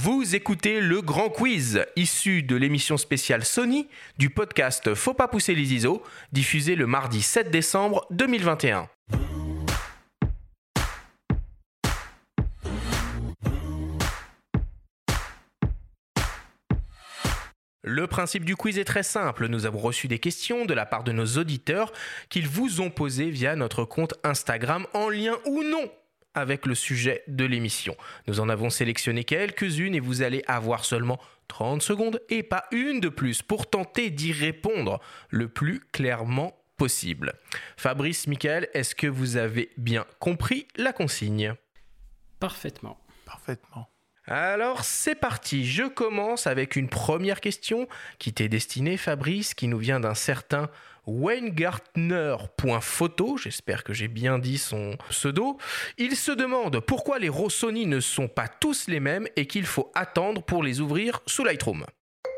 Vous écoutez le Grand Quiz, issu de l'émission spéciale Sony du podcast Faut pas pousser les ISO, diffusé le mardi 7 décembre 2021. Le principe du quiz est très simple. Nous avons reçu des questions de la part de nos auditeurs qu'ils vous ont posées via notre compte Instagram en lien ou non avec le sujet de l'émission. Nous en avons sélectionné quelques-unes et vous allez avoir seulement 30 secondes et pas une de plus pour tenter d'y répondre le plus clairement possible. Fabrice, Michael, est-ce que vous avez bien compris la consigne ? Parfaitement. Alors, c'est parti. Je commence avec une première question qui t'est destinée, Fabrice, qui nous vient d'un certain Weingartner.photo. J'espère que j'ai bien dit son pseudo. Il se demande pourquoi les RAW Sony ne sont pas tous les mêmes et qu'il faut attendre pour les ouvrir sous Lightroom.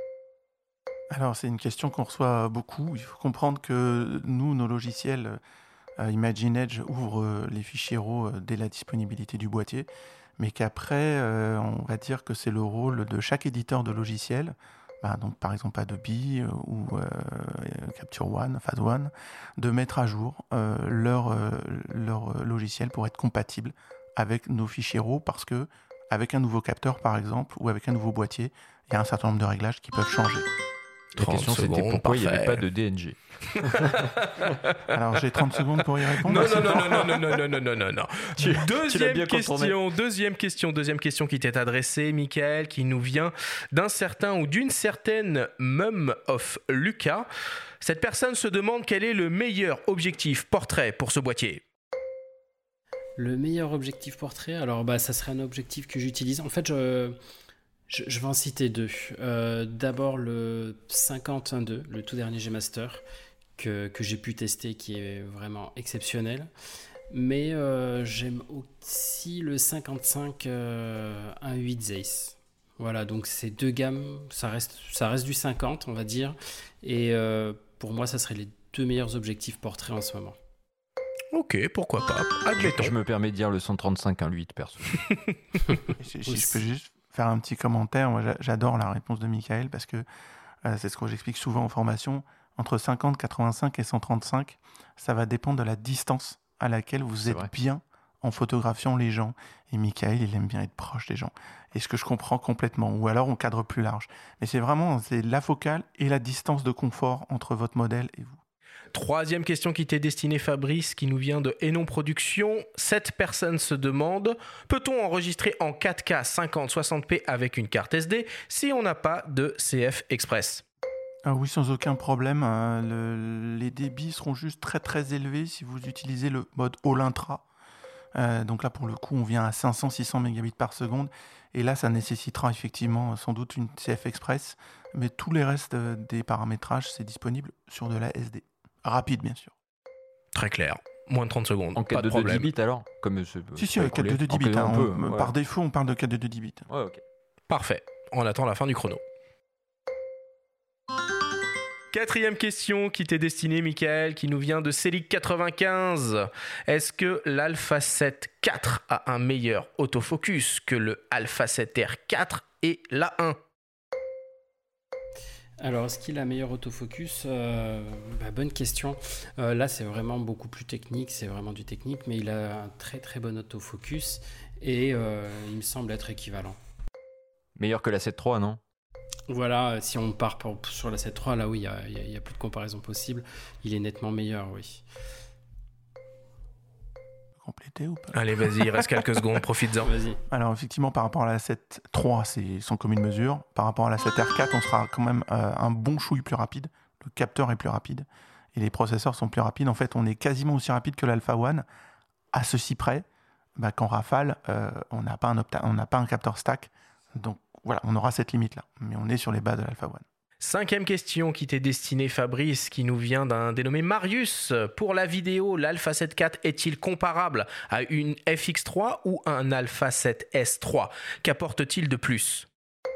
Alors, c'est une question qu'on reçoit beaucoup. Il faut comprendre que nous, nos logiciels, Imagine Edge ouvrent les fichiers RAW dès la disponibilité du boîtier, mais qu'après, on va dire que c'est le rôle de chaque éditeur de logiciel, donc par exemple Adobe ou Capture One, Phase One, de mettre à jour leur logiciel pour être compatible avec nos fichiers RAW, parce que avec un nouveau capteur par exemple, ou avec un nouveau boîtier, il y a un certain nombre de réglages qui peuvent changer. La question c'était pourquoi il n'y avait pas de DNG. Alors j'ai 30 secondes pour y répondre. Non. Deuxième question qui t'est adressée, Michael, qui nous vient d'un certain ou d'une certaine Mum of Lucas. Cette personne se demande quel est le meilleur objectif portrait pour ce boîtier. Le meilleur objectif portrait, alors ça serait un objectif que j'utilise. En fait, je vais en citer deux. D'abord le 50-1.2, le tout dernier G-Master, que j'ai pu tester, qui est vraiment exceptionnel. Mais j'aime aussi le 55 1.8 Zeiss. Voilà, donc ces deux gammes, ça reste du 50, on va dire. Et pour moi, ça serait les deux meilleurs objectifs portraits en ce moment. Ok, pourquoi pas, admettons. Je me permets de dire le 135 1.8 perso. Si je peux juste faire un petit commentaire, moi j'adore la réponse de Michael, parce que c'est ce que j'explique souvent en formation. Entre 50, 85 et 135, ça va dépendre de la distance à laquelle vous êtes bien en photographiant les gens. Et Michael, il aime bien être proche des gens. Et ce que je comprends complètement. Ou alors on cadre plus large. Mais c'est la focale et la distance de confort entre votre modèle et vous. Troisième question qui t'est destinée, Fabrice, qui nous vient de Enon Productions. Cette personne se demande, peut-on enregistrer en 4K 50-60p avec une carte SD si on n'a pas de CF Express ? Oui, sans aucun problème. Les débits seront juste très très élevés si vous utilisez le mode All Intra. Donc là, pour le coup, on vient à 500-600 mégabits par seconde. Et là, ça nécessitera effectivement sans doute une CF Express. Mais tous les restes des paramétrages, c'est disponible sur de la SD. Rapide, bien sûr. Très clair. Moins de 30 secondes. En 4 de 10 bits alors Si, avec 4 de 10 bits. Par défaut, on parle de 4 de 10 bits. Ouais, ok. Parfait. On attend la fin du chrono. Quatrième question qui t'est destinée, Michael, qui nous vient de Celic95. Est-ce que l'Alpha 7 IV a un meilleur autofocus que le Alpha 7R 4 et l'A1 ? Alors, est-ce qu'il a meilleur autofocus ? Bonne question. Là, c'est vraiment beaucoup plus technique, c'est vraiment du technique, mais il a un très très bon autofocus et il me semble être équivalent. Meilleur que la 7.3, non ? Voilà, si on part sur la 7.3, là oui, il y a plus de comparaison possible. Il est nettement meilleur, oui. Compléter ou pas ? Allez, vas-y, il reste quelques secondes, profites-en. Vas-y. Alors effectivement, par rapport à la 7.3, c'est sans commune mesure. Par rapport à la 7R4, on sera quand même un bon chouille plus rapide. Le capteur est plus rapide et les processeurs sont plus rapides. En fait, on est quasiment aussi rapide que l'Alpha One, à ceci près qu'en rafale, on n'a pas un capteur stack. Donc voilà, on aura cette limite-là. Mais on est sur les bases de l'Alpha One. Cinquième question qui t'est destinée, Fabrice, qui nous vient d'un dénommé Marius. Pour la vidéo, l'Alpha 7 IV est-il comparable à une FX3 ou un Alpha 7S3 ? Qu'apporte-t-il de plus ?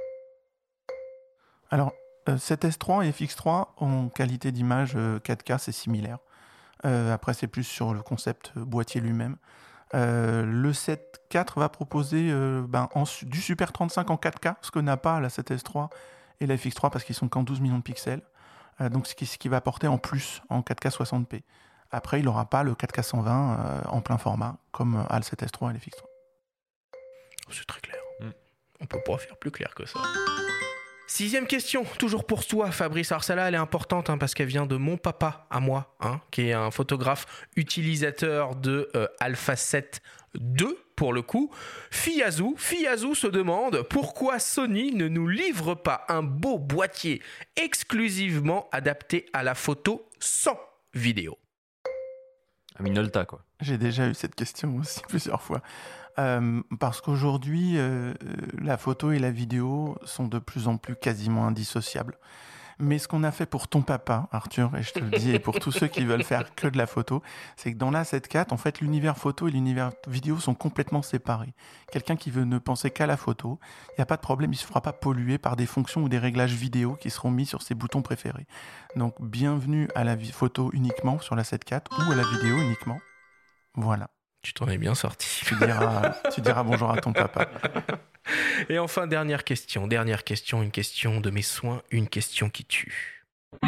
Alors, 7S3 et FX3 en qualité d'image 4K, c'est similaire. Après, c'est plus sur le concept boîtier lui-même. Le 7 IV va proposer du Super 35 en 4K, ce que n'a pas la 7S III et la FX3 parce qu'ils sont qu'en 12 millions de pixels. Donc ce qui va apporter en plus en 4K 60p. Après, il n'aura pas le 4K 120 en plein format comme a le 7S III et la FX3. C'est très clair. On peut pas faire plus clair que ça. 6e question, toujours pour toi, Fabrice. Alors celle-là, elle est importante parce qu'elle vient de mon papa à moi, qui est un photographe utilisateur de Alpha 7 II pour le coup. Fiazou se demande pourquoi Sony ne nous livre pas un beau boîtier exclusivement adapté à la photo sans vidéo. Un Minolta, quoi. J'ai déjà eu cette question aussi plusieurs fois. Parce qu'aujourd'hui, la photo et la vidéo sont de plus en plus quasiment indissociables. Mais ce qu'on a fait pour ton papa, Arthur, et je te le dis, et pour tous ceux qui veulent faire que de la photo, c'est que dans la 7 IV, en fait, l'univers photo et l'univers vidéo sont complètement séparés. Quelqu'un qui veut ne penser qu'à la photo, il n'y a pas de problème, il ne se fera pas polluer par des fonctions ou des réglages vidéo qui seront mis sur ses boutons préférés. Donc, bienvenue à la photo uniquement sur la 7 IV ou à la vidéo uniquement. Voilà. Tu t'en es bien sorti. Tu diras bonjour à ton papa. Et enfin, dernière question, une question de mes soins, une question qui tue.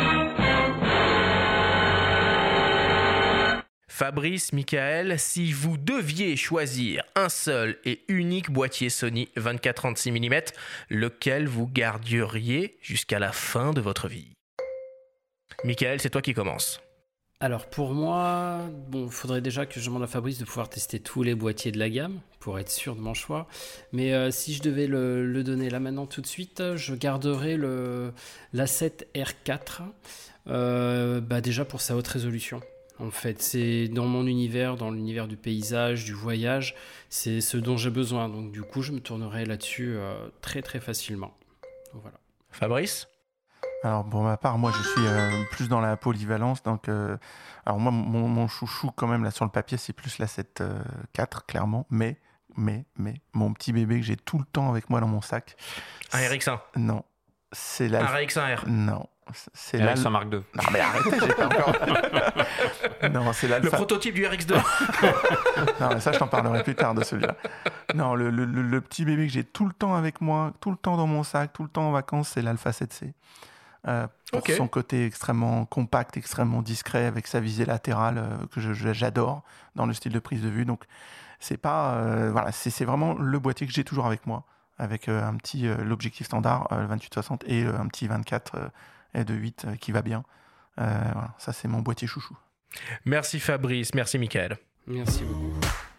Fabrice, Michael, si vous deviez choisir un seul et unique boîtier Sony 24-36 mm, lequel vous garderiez jusqu'à la fin de votre vie? Michael, c'est toi qui commences. Alors pour moi, il faudrait déjà que je demande à Fabrice de pouvoir tester tous les boîtiers de la gamme pour être sûr de mon choix. Mais si je devais le donner là maintenant tout de suite, je garderais l'A7R4 déjà pour sa haute résolution. En fait, c'est dans mon univers, dans l'univers du paysage, du voyage, c'est ce dont j'ai besoin. Donc du coup, je me tournerai là-dessus très très facilement. Voilà. Fabrice ? Alors pour ma part, moi je suis plus dans la polyvalence, donc alors moi mon chouchou quand même là sur le papier c'est plus la 7 IV clairement, mais mon petit bébé que j'ai tout le temps avec moi dans mon sac. Un RX1 ? Non, c'est la. Un RX1R ? Non, c'est RX1 Mark II. Non mais arrêtez, j'ai pas encore. Non, c'est l'Alpha. Le prototype du RX2. Non mais ça je t'en parlerai plus tard de celui-là. Non, le petit bébé que j'ai tout le temps avec moi, tout le temps dans mon sac, tout le temps en vacances, c'est l'Alpha 7C. Pour son côté extrêmement compact, extrêmement discret, avec sa visée latérale que j'adore dans le style de prise de vue. Donc c'est pas c'est vraiment le boîtier que j'ai toujours avec moi, avec un petit l'objectif standard 28-60 et un petit 24 f2.8 qui va bien. Ça c'est mon boîtier chouchou. Merci Fabrice, merci Michael. Merci beaucoup.